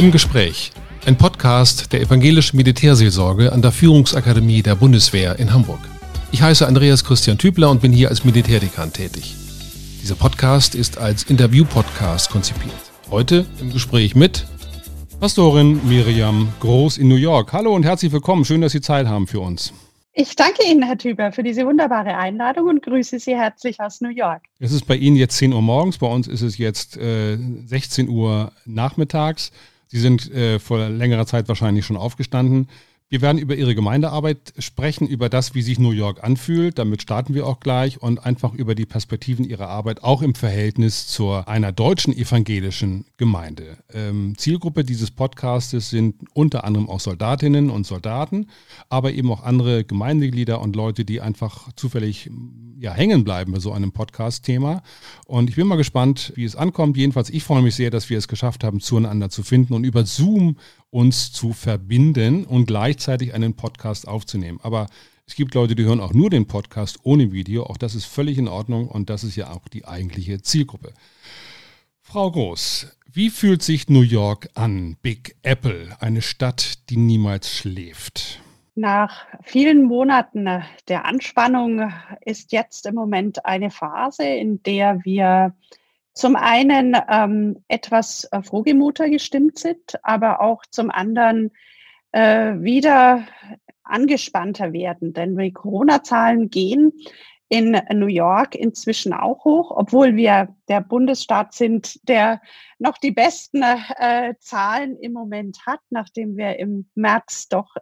Im Gespräch. Ein Podcast der Evangelischen Militärseelsorge an der Führungsakademie der Bundeswehr in Hamburg. Ich heiße Andreas Christian Tübler und bin hier als Militärdekan tätig. Dieser Podcast ist als Interview-Podcast konzipiert. Heute im Gespräch mit Pastorin Miriam Groß in New York. Hallo und herzlich willkommen. Schön, dass Sie Zeit haben für uns. Ich danke Ihnen, Herr Tüber, für diese wunderbare Einladung und grüße Sie herzlich aus New York. Es ist bei Ihnen jetzt 10 Uhr morgens, bei uns ist es jetzt 16 Uhr nachmittags. Sie sind vor längerer Zeit wahrscheinlich schon aufgestanden. Wir werden über Ihre Gemeindearbeit sprechen, über das, wie sich New York anfühlt. Damit starten wir auch gleich und einfach über die Perspektiven Ihrer Arbeit, auch im Verhältnis zu einer deutschen evangelischen Gemeinde. Zielgruppe dieses Podcastes sind unter anderem auch Soldatinnen und Soldaten, aber eben auch andere Gemeindeglieder und Leute, die einfach zufällig hängen bleiben bei so einem Podcast-Thema. Und ich bin mal gespannt, wie es ankommt. Jedenfalls, ich freue mich sehr, dass wir es geschafft haben, zueinander zu finden und über Zoom uns zu verbinden und gleichzeitig einen Podcast aufzunehmen. Aber es gibt Leute, die hören auch nur den Podcast ohne Video. Auch das ist völlig in Ordnung und das ist ja auch die eigentliche Zielgruppe. Frau Groß, wie fühlt sich New York an? Big Apple, eine Stadt, die niemals schläft. Nach vielen Monaten der Anspannung ist jetzt im Moment eine Phase, in der wir zum einen etwas frohgemuter gestimmt sind, aber auch zum anderen wieder angespannter werden. Denn die Corona-Zahlen gehen in New York inzwischen auch hoch, obwohl wir der Bundesstaat sind, der noch die besten Zahlen im Moment hat, nachdem wir im März doch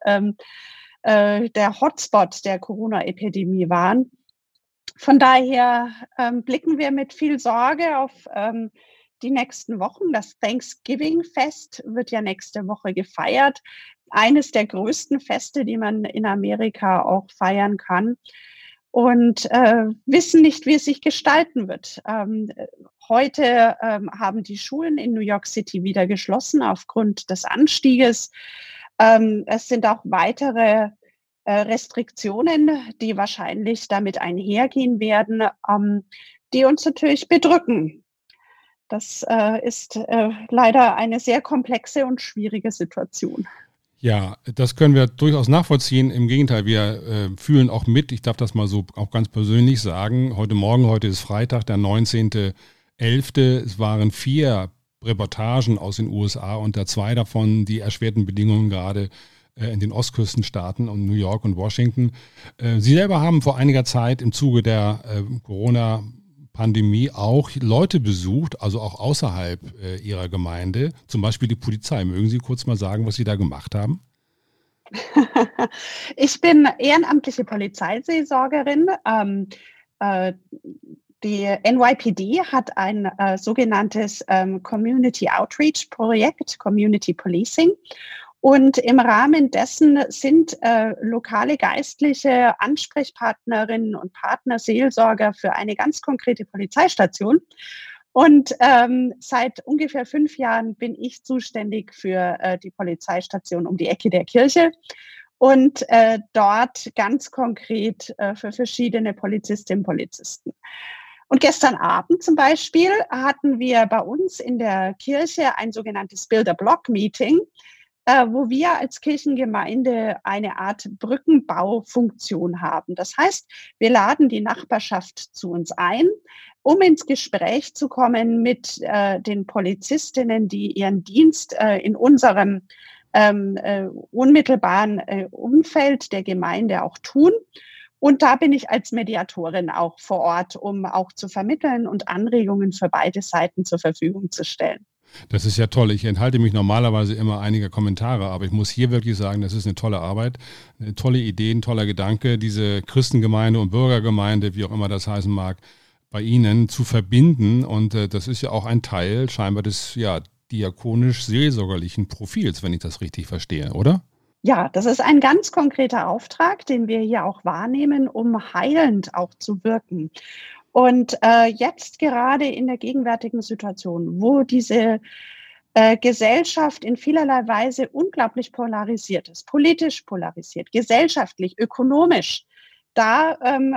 der Hotspot der Corona-Epidemie waren. Von daher blicken wir mit viel Sorge auf die nächsten Wochen. Das Thanksgiving-Fest wird ja nächste Woche gefeiert. Eines der größten Feste, die man in Amerika auch feiern kann. Und wissen nicht, wie es sich gestalten wird. Heute haben die Schulen in New York City wieder geschlossen aufgrund des Anstieges. Es sind auch weitere Restriktionen, die wahrscheinlich damit einhergehen werden, die uns natürlich bedrücken. Das ist leider eine sehr komplexe und schwierige Situation. Ja, das können wir durchaus nachvollziehen. Im Gegenteil, wir fühlen auch mit, ich darf das mal so auch ganz persönlich sagen, heute ist Freitag, der 19.11. Es waren 4 Reportagen aus den USA unter 2 davon die erschwerten Bedingungen gerade in den Ostküstenstaaten und New York und Washington. Sie selber haben vor einiger Zeit im Zuge der Corona-Pandemie auch Leute besucht, also auch außerhalb Ihrer Gemeinde, zum Beispiel die Polizei. Mögen Sie kurz mal sagen, was Sie da gemacht haben? Ich bin ehrenamtliche Polizeiseelsorgerin. Die NYPD hat ein sogenanntes Community Outreach Projekt, Community Policing. Und im Rahmen dessen sind lokale geistliche Ansprechpartnerinnen und Partner, Seelsorger für eine ganz konkrete Polizeistation. Und seit ungefähr 5 Jahren bin ich zuständig für die Polizeistation um die Ecke der Kirche und dort ganz konkret für verschiedene Polizistinnen und Polizisten. Und gestern Abend zum Beispiel hatten wir bei uns in der Kirche ein sogenanntes Build-a-Block-Meeting, wo wir als Kirchengemeinde eine Art Brückenbaufunktion haben. Das heißt, wir laden die Nachbarschaft zu uns ein, um ins Gespräch zu kommen mit den Polizistinnen, die ihren Dienst in unserem unmittelbaren Umfeld der Gemeinde auch tun. Und da bin ich als Mediatorin auch vor Ort, um auch zu vermitteln und Anregungen für beide Seiten zur Verfügung zu stellen. Das ist ja toll. Ich enthalte mich normalerweise immer einiger Kommentare, aber ich muss hier wirklich sagen, das ist eine tolle Arbeit, eine tolle Idee, ein toller Gedanke, diese Christengemeinde und Bürgergemeinde, wie auch immer das heißen mag, bei Ihnen zu verbinden. Und das ist ja auch ein Teil scheinbar des diakonisch-seelsorgerlichen Profils, wenn ich das richtig verstehe, oder? Ja, das ist ein ganz konkreter Auftrag, den wir hier auch wahrnehmen, um heilend auch zu wirken. Und jetzt gerade in der gegenwärtigen Situation, wo diese Gesellschaft in vielerlei Weise unglaublich polarisiert ist, politisch polarisiert, gesellschaftlich, ökonomisch, da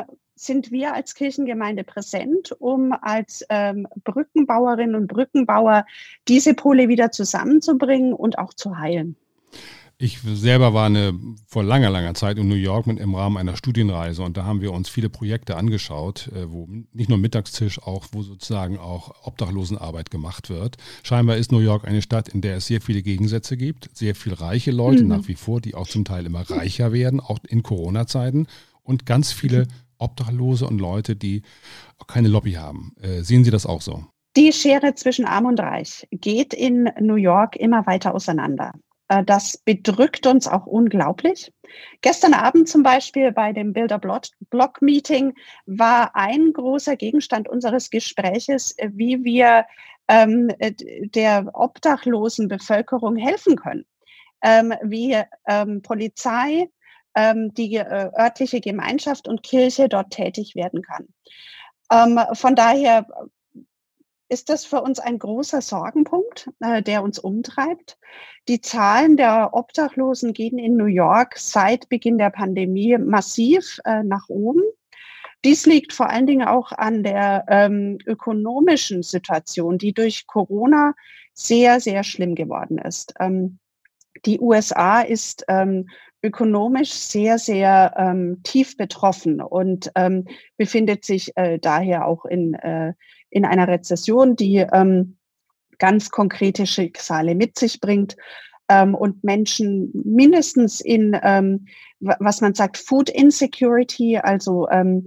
sind wir als Kirchengemeinde präsent, um als Brückenbauerinnen und Brückenbauer diese Pole wieder zusammenzubringen und auch zu heilen. Ich selber war vor langer Zeit in New York im Rahmen einer Studienreise und da haben wir uns viele Projekte angeschaut, wo nicht nur Mittagstisch, wo sozusagen auch Obdachlosenarbeit gemacht wird. Scheinbar ist New York eine Stadt, in der es sehr viele Gegensätze gibt, sehr viel reiche Leute nach wie vor, die auch zum Teil immer reicher werden, auch in Corona-Zeiten und ganz viele Obdachlose und Leute, die auch keine Lobby haben. Sehen Sie das auch so? Die Schere zwischen Arm und Reich geht in New York immer weiter auseinander. Das bedrückt uns auch unglaublich. Gestern Abend zum Beispiel bei dem Bilder-Block-Meeting war ein großer Gegenstand unseres Gespräches, wie wir der obdachlosen Bevölkerung helfen können, wie Polizei, die örtliche Gemeinschaft und Kirche dort tätig werden kann. Von daher ist das für uns ein großer Sorgenpunkt, der uns umtreibt. Die Zahlen der Obdachlosen gehen in New York seit Beginn der Pandemie massiv nach oben. Dies liegt vor allen Dingen auch an der ökonomischen Situation, die durch Corona sehr, sehr schlimm geworden ist. Die USA ist ökonomisch sehr, sehr tief betroffen und befindet sich daher auch in einer Rezession, die ganz konkrete Schicksale mit sich bringt und Menschen mindestens in, was man sagt, Food Insecurity, also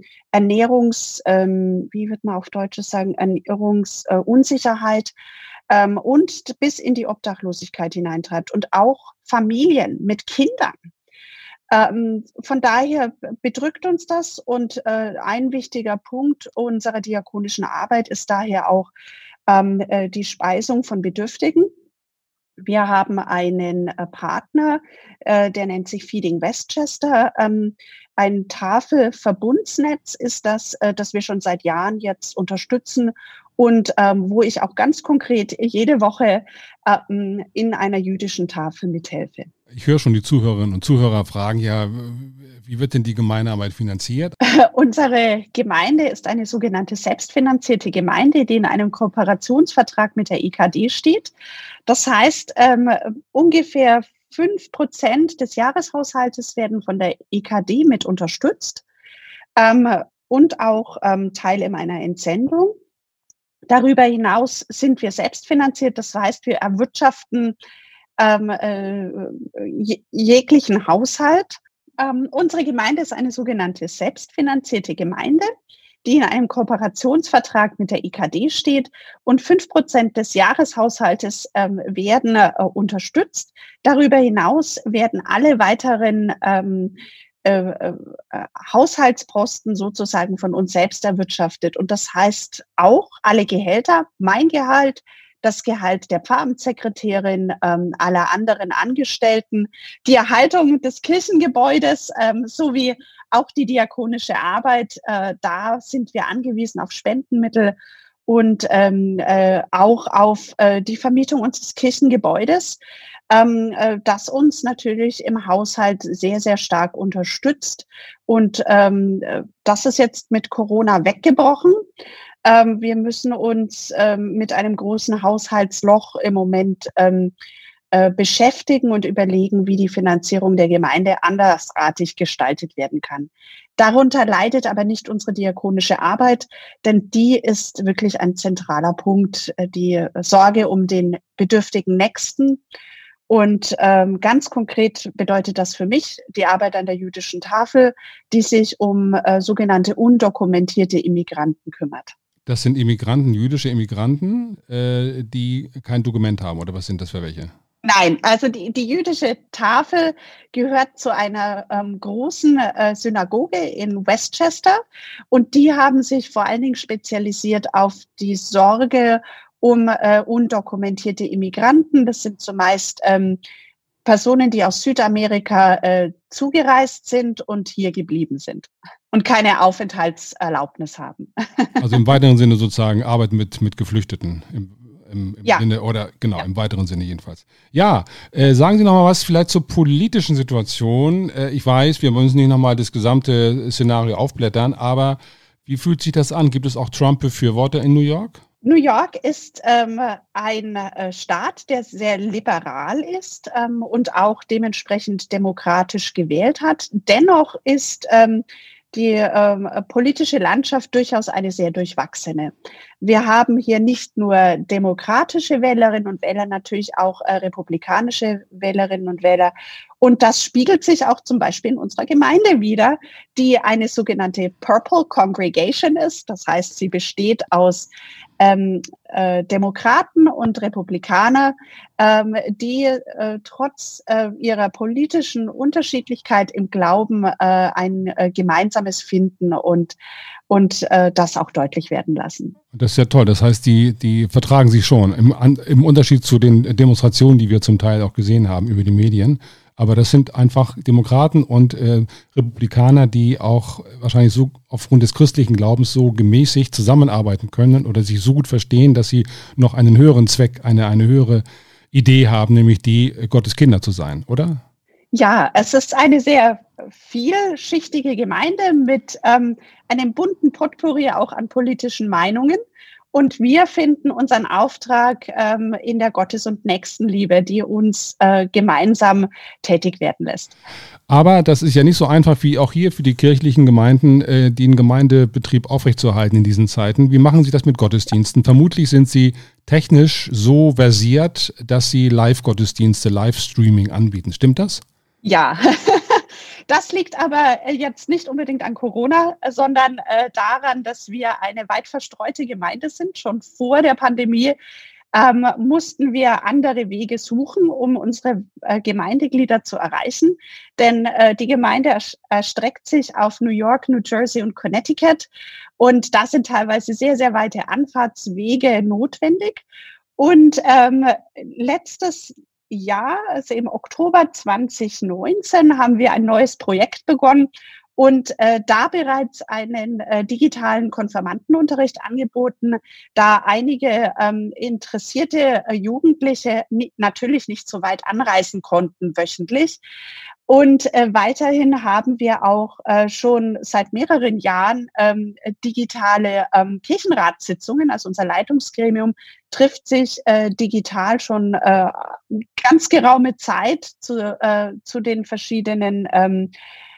wie wird man auf Deutsch sagen, Ernährungsunsicherheit und bis in die Obdachlosigkeit hineintreibt und auch Familien mit Kindern. Von daher bedrückt uns das und ein wichtiger Punkt unserer diakonischen Arbeit ist daher auch die Speisung von Bedürftigen. Wir haben einen Partner, der nennt sich Feeding Westchester. Ein Tafelverbundsnetz ist das, das wir schon seit Jahren jetzt unterstützen und wo ich auch ganz konkret jede Woche in einer jüdischen Tafel mithelfe. Ich höre schon die Zuhörerinnen und Zuhörer fragen, ja, wie wird denn die Gemeindearbeit finanziert? Unsere Gemeinde ist eine sogenannte selbstfinanzierte Gemeinde, die in einem Kooperationsvertrag mit der EKD steht. Das heißt, ungefähr 5% des Jahreshaushaltes werden von der EKD mit unterstützt und auch Teil in einer Entsendung. Darüber hinaus sind wir selbstfinanziert, das heißt, wir erwirtschaften jeglichen Haushalt. Unsere Gemeinde ist eine sogenannte selbstfinanzierte Gemeinde, die in einem Kooperationsvertrag mit der EKD steht und 5% des Jahreshaushaltes werden unterstützt. Darüber hinaus werden alle weiteren Haushaltsposten sozusagen von uns selbst erwirtschaftet. Und das heißt auch alle Gehälter, mein Gehalt, das Gehalt der Pfarramtssekretärin, aller anderen Angestellten, die Erhaltung des Kirchengebäudes sowie auch die diakonische Arbeit. Da sind wir angewiesen auf Spendenmittel und auch auf die Vermietung unseres Kirchengebäudes, das uns natürlich im Haushalt sehr, sehr stark unterstützt. Und das ist jetzt mit Corona weggebrochen. Wir müssen uns mit einem großen Haushaltsloch im Moment beschäftigen und überlegen, wie die Finanzierung der Gemeinde andersartig gestaltet werden kann. Darunter leidet aber nicht unsere diakonische Arbeit, denn die ist wirklich ein zentraler Punkt, die Sorge um den bedürftigen Nächsten. Und ganz konkret bedeutet das für mich die Arbeit an der jüdischen Tafel, die sich um sogenannte undokumentierte Immigranten kümmert. Das sind Immigranten, jüdische Immigranten, die kein Dokument haben, oder was sind das für welche? Nein, also die jüdische Tafel gehört zu einer großen Synagoge in Westchester und die haben sich vor allen Dingen spezialisiert auf die Sorge um undokumentierte Immigranten. Das sind zumeist Personen, die aus Südamerika zugereist sind und hier geblieben sind und keine Aufenthaltserlaubnis haben. Also im weiteren Sinne sozusagen Arbeit mit Geflüchteten im im Ja. Sinne, oder genau, im weiteren Sinne jedenfalls. Ja, sagen Sie noch mal was vielleicht zur politischen Situation. Ich weiß, wir wollen nicht noch mal das gesamte Szenario aufblättern, aber wie fühlt sich das an? Gibt es auch Trump-Befürworter in New York? New York ist ein Staat, der sehr liberal ist und auch dementsprechend demokratisch gewählt hat. Dennoch ist die politische Landschaft durchaus eine sehr durchwachsene. Wir haben hier nicht nur demokratische Wählerinnen und Wähler, natürlich auch republikanische Wählerinnen und Wähler. Und das spiegelt sich auch zum Beispiel in unserer Gemeinde wider, die eine sogenannte Purple Congregation ist. Das heißt, sie besteht aus Demokraten und Republikaner, die trotz ihrer politischen Unterschiedlichkeit im Glauben ein gemeinsames finden und das auch deutlich werden lassen. Das ist ja toll. Das heißt, die vertragen sich schon im Unterschied zu den Demonstrationen, die wir zum Teil auch gesehen haben über die Medien. Aber das sind einfach Demokraten und Republikaner, die auch wahrscheinlich so aufgrund des christlichen Glaubens so gemäßigt zusammenarbeiten können oder sich so gut verstehen, dass sie noch einen höheren Zweck, eine höhere Idee haben, nämlich die, Gottes Kinder zu sein, oder? Ja, es ist eine sehr vielschichtige Gemeinde mit einem bunten Potpourri auch an politischen Meinungen. Und wir finden unseren Auftrag in der Gottes- und Nächstenliebe, die uns gemeinsam tätig werden lässt. Aber das ist ja nicht so einfach wie auch hier für die kirchlichen Gemeinden, den Gemeindebetrieb aufrechtzuerhalten in diesen Zeiten. Wie machen Sie das mit Gottesdiensten? Vermutlich sind Sie technisch so versiert, dass Sie Live-Gottesdienste, Livestreaming anbieten. Stimmt das? Ja, das liegt aber jetzt nicht unbedingt an Corona, sondern daran, dass wir eine weit verstreute Gemeinde sind. Schon vor der Pandemie mussten wir andere Wege suchen, um unsere Gemeindeglieder zu erreichen. Denn die Gemeinde erstreckt sich auf New York, New Jersey und Connecticut. Und da sind teilweise sehr, sehr weite Anfahrtswege notwendig. Und letztes Jahr, also im Oktober 2019, haben wir ein neues Projekt begonnen und da bereits einen digitalen Konfirmandenunterricht angeboten, da einige interessierte Jugendliche natürlich nicht so weit anreisen konnten wöchentlich. Und weiterhin haben wir auch schon seit mehreren Jahren digitale Kirchenratssitzungen. Also unser Leitungsgremium trifft sich digital schon ganz geraume Zeit zu den verschiedenen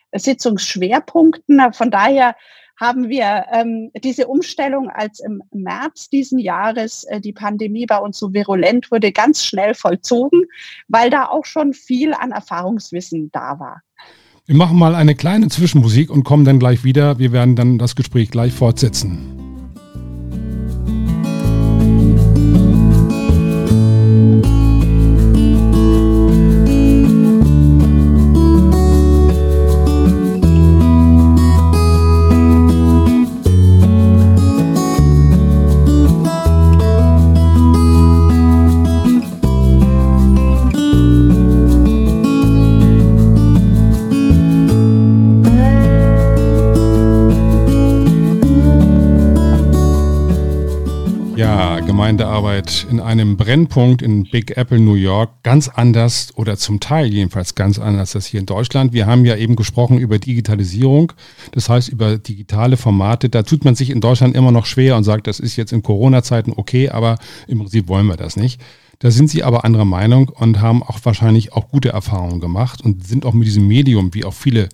Sitzungsschwerpunkten. Von daher haben wir diese Umstellung, als im März diesen Jahres die Pandemie bei uns so virulent wurde, ganz schnell vollzogen, weil da auch schon viel an Erfahrungswissen da war. Wir machen mal eine kleine Zwischenmusik und kommen dann gleich wieder. Wir werden dann das Gespräch gleich fortsetzen. Gemeindearbeit in einem Brennpunkt in Big Apple, New York, ganz anders oder zum Teil jedenfalls ganz anders als hier in Deutschland. Wir haben ja eben gesprochen über Digitalisierung, das heißt über digitale Formate. Da tut man sich in Deutschland immer noch schwer und sagt, das ist jetzt in Corona-Zeiten okay, aber im Prinzip wollen wir das nicht. Da sind Sie aber anderer Meinung und haben auch wahrscheinlich auch gute Erfahrungen gemacht und sind auch mit diesem Medium, wie auch viele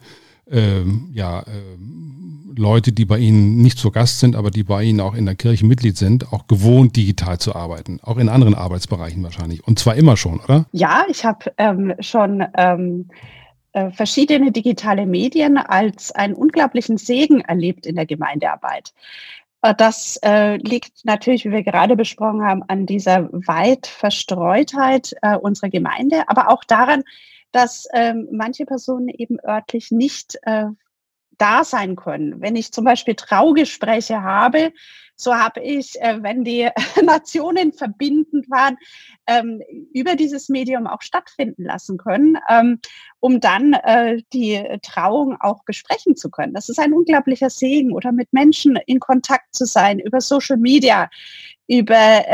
Leute, die bei Ihnen nicht zu Gast sind, aber die bei Ihnen auch in der Kirche Mitglied sind, auch gewohnt, digital zu arbeiten. Auch in anderen Arbeitsbereichen wahrscheinlich. Und zwar immer schon, oder? Ja, ich habe schon verschiedene digitale Medien als einen unglaublichen Segen erlebt in der Gemeindearbeit. Das liegt natürlich, wie wir gerade besprochen haben, an dieser Weitverstreutheit unserer Gemeinde, aber auch daran, dass manche Personen eben örtlich nicht da sein können. Wenn ich zum Beispiel Traugespräche habe, so habe ich, wenn die Nationen verbindend waren, über dieses Medium auch stattfinden lassen können, um dann die Trauung auch besprechen zu können. Das ist ein unglaublicher Segen, oder mit Menschen in Kontakt zu sein, über Social Media, über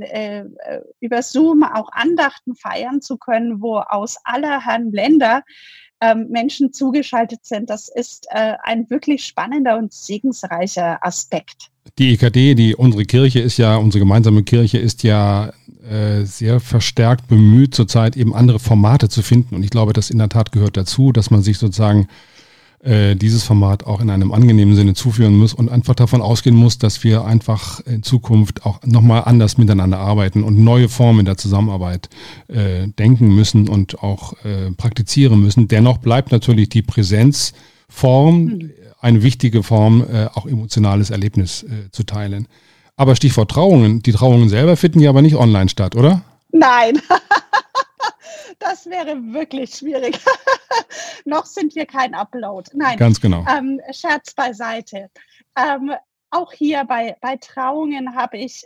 Zoom auch Andachten feiern zu können, wo aus allerhand Länder Menschen zugeschaltet sind. Das ist ein wirklich spannender und segensreicher Aspekt. Die EKD, unsere gemeinsame Kirche ist ja sehr verstärkt bemüht, zurzeit eben andere Formate zu finden. Und ich glaube, das in der Tat gehört dazu, dass man sich sozusagen dieses Format auch in einem angenehmen Sinne zuführen muss und einfach davon ausgehen muss, dass wir einfach in Zukunft auch nochmal anders miteinander arbeiten und neue Formen der Zusammenarbeit denken müssen und auch praktizieren müssen. Dennoch bleibt natürlich die Präsenzform eine wichtige Form, auch emotionales Erlebnis zu teilen. Aber Stichwort Trauungen, die Trauungen selber finden ja aber nicht online statt, oder? Nein. Das wäre wirklich schwierig. Noch sind wir kein Upload. Nein, ganz genau. Scherz beiseite. Auch hier bei Trauungen habe ich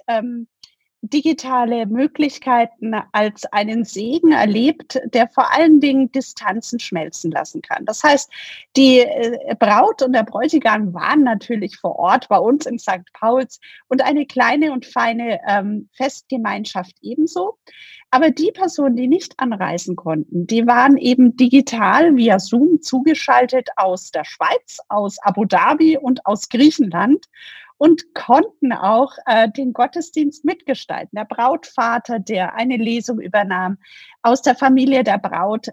digitale Möglichkeiten als einen Segen erlebt, der vor allen Dingen Distanzen schmelzen lassen kann. Das heißt, die Braut und der Bräutigam waren natürlich vor Ort bei uns in St. Pauls und eine kleine und feine Festgemeinschaft ebenso. Aber die Personen, die nicht anreisen konnten, die waren eben digital via Zoom zugeschaltet aus der Schweiz, aus Abu Dhabi und aus Griechenland und konnten auch den Gottesdienst mitgestalten. Der Brautvater, der eine Lesung übernahm, aus der Familie der Braut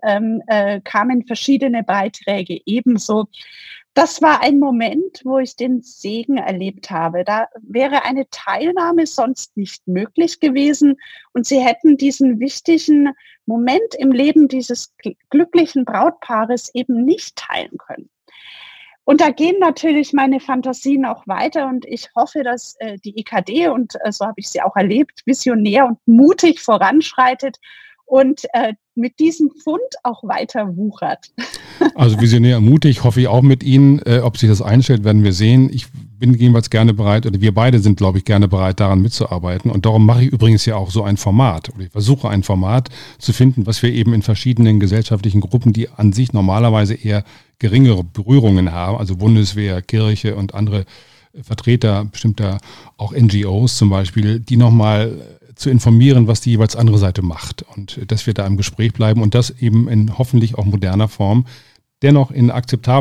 kamen verschiedene Beiträge ebenso. Das war ein Moment, wo ich den Segen erlebt habe. Da wäre eine Teilnahme sonst nicht möglich gewesen und sie hätten diesen wichtigen Moment im Leben dieses glücklichen Brautpaares eben nicht teilen können. Und da gehen natürlich meine Fantasien auch weiter und ich hoffe, dass die EKD, und so habe ich sie auch erlebt, visionär und mutig voranschreitet und mit diesem Fund auch weiter wuchert. Also visionär und mutig, hoffe ich auch mit Ihnen. Ob sich das einstellt, werden wir sehen. Ich bin jedenfalls gerne bereit, oder wir beide sind, glaube ich, gerne bereit, daran mitzuarbeiten. Und darum mache ich übrigens ja auch so ein Format, oder ich versuche ein Format zu finden, was wir eben in verschiedenen gesellschaftlichen Gruppen, die an sich normalerweise eher geringere Berührungen haben, also Bundeswehr, Kirche und andere Vertreter bestimmter auch NGOs zum Beispiel, die nochmal zu informieren, was die jeweils andere Seite macht und dass wir da im Gespräch bleiben und das eben in hoffentlich auch moderner Form, dennoch in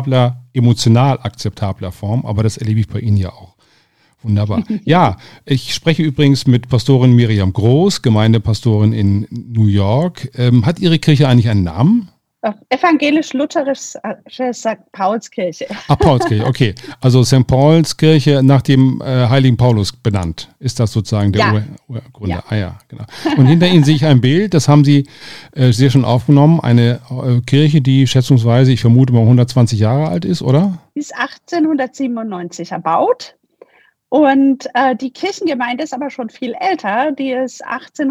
emotional akzeptabler Form, aber das erlebe ich bei Ihnen ja auch. Wunderbar. Ja, ich spreche übrigens mit Pastorin Miriam Groß, Gemeindepastorin in New York. Hat Ihre Kirche eigentlich einen Namen? Evangelisch-Lutherische St. Paulskirche. Ach, Paulskirche, okay. Also St. Paulskirche nach dem heiligen Paulus benannt. Ist das sozusagen der Urgründer? Ja. Ah ja, genau. Und hinter Ihnen sehe ich ein Bild, das haben Sie sehr schon aufgenommen. Eine Kirche, die schätzungsweise, ich vermute mal 120 Jahre alt ist, oder? Die ist 1897 erbaut. Und die Kirchengemeinde ist aber schon viel älter. Die ist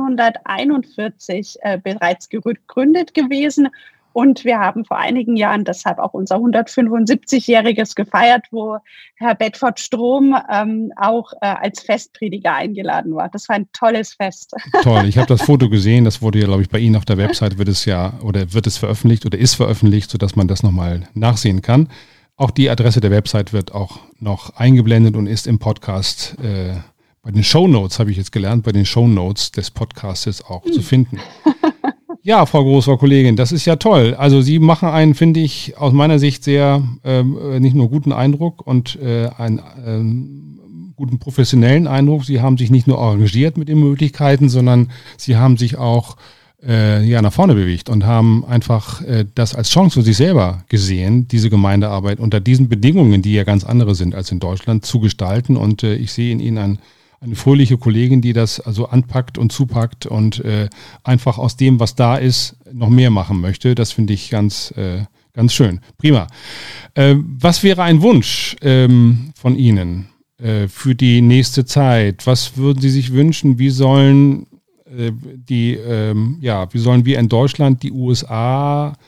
1841 bereits gegründet gewesen. Und wir haben vor einigen Jahren deshalb auch unser 175-jähriges gefeiert, wo Herr Bedford Strom auch als Festprediger eingeladen war. Das war ein tolles Fest. Toll, ich habe das Foto gesehen. Das wurde ja, glaube ich, bei Ihnen auf der Website wird es veröffentlicht oder ist veröffentlicht, sodass man das nochmal nachsehen kann. Auch die Adresse der Website wird auch noch eingeblendet und ist im Podcast bei den Shownotes, habe ich jetzt gelernt, bei den Shownotes des Podcastes auch zu finden. Ja, Frau Groß, Frau Kollegin, das ist ja toll. Also Sie machen einen, finde ich, aus meiner Sicht sehr nicht nur guten Eindruck und einen guten professionellen Eindruck. Sie haben sich nicht nur engagiert mit den Möglichkeiten, sondern Sie haben sich auch nach vorne bewegt und haben einfach das als Chance für sich selber gesehen, diese Gemeindearbeit unter diesen Bedingungen, die ja ganz andere sind als in Deutschland, zu gestalten. Und ich sehe in Ihnen eine fröhliche Kollegin, die das also anpackt und zupackt und einfach aus dem, was da ist, noch mehr machen möchte. Das finde ich ganz schön. Prima. Was wäre ein Wunsch von Ihnen für die nächste Zeit? Was würden Sie sich wünschen? Wie sollen wir in Deutschland die USA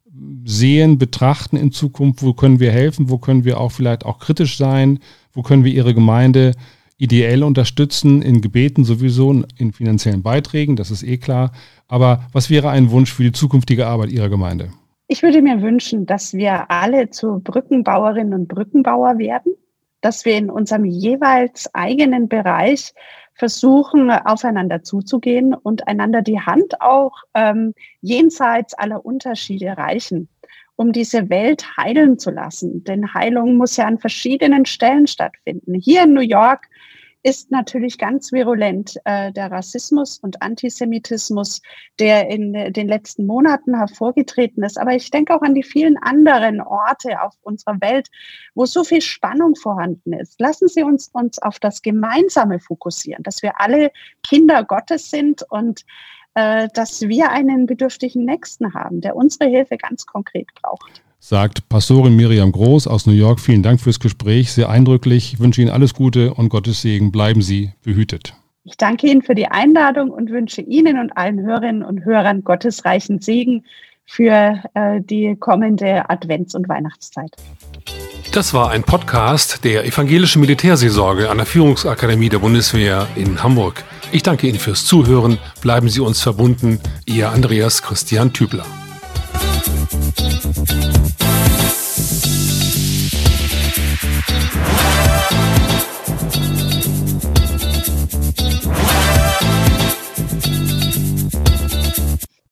sehen, betrachten in Zukunft? Wo können wir helfen? Wo können wir auch vielleicht auch kritisch sein? Wo können wir Ihre Gemeinde ideell unterstützen? In Gebeten sowieso, in finanziellen Beiträgen, das ist klar. Aber was wäre ein Wunsch für die zukünftige Arbeit Ihrer Gemeinde? Ich würde mir wünschen, dass wir alle zu Brückenbauerinnen und Brückenbauer werden, dass wir in unserem jeweils eigenen Bereich versuchen, aufeinander zuzugehen und einander die Hand auch jenseits aller Unterschiede reichen, um diese Welt heilen zu lassen. Denn Heilung muss ja an verschiedenen Stellen stattfinden. Hier in New York ist natürlich ganz virulent der Rassismus und Antisemitismus, der in den letzten Monaten hervorgetreten ist. Aber ich denke auch an die vielen anderen Orte auf unserer Welt, wo so viel Spannung vorhanden ist. Lassen Sie uns auf das Gemeinsame fokussieren, dass wir alle Kinder Gottes sind und dass wir einen bedürftigen Nächsten haben, der unsere Hilfe ganz konkret braucht. Sagt Pastorin Miriam Groß aus New York. Vielen Dank fürs Gespräch, sehr eindrücklich. Ich wünsche Ihnen alles Gute und Gottes Segen. Bleiben Sie behütet. Ich danke Ihnen für die Einladung und wünsche Ihnen und allen Hörerinnen und Hörern Gottes reichen Segen für die kommende Advents- und Weihnachtszeit. Das war ein Podcast der Evangelischen Militärseelsorge an der Führungsakademie der Bundeswehr in Hamburg. Ich danke Ihnen fürs Zuhören. Bleiben Sie uns verbunden. Ihr Andreas Christian Tübler.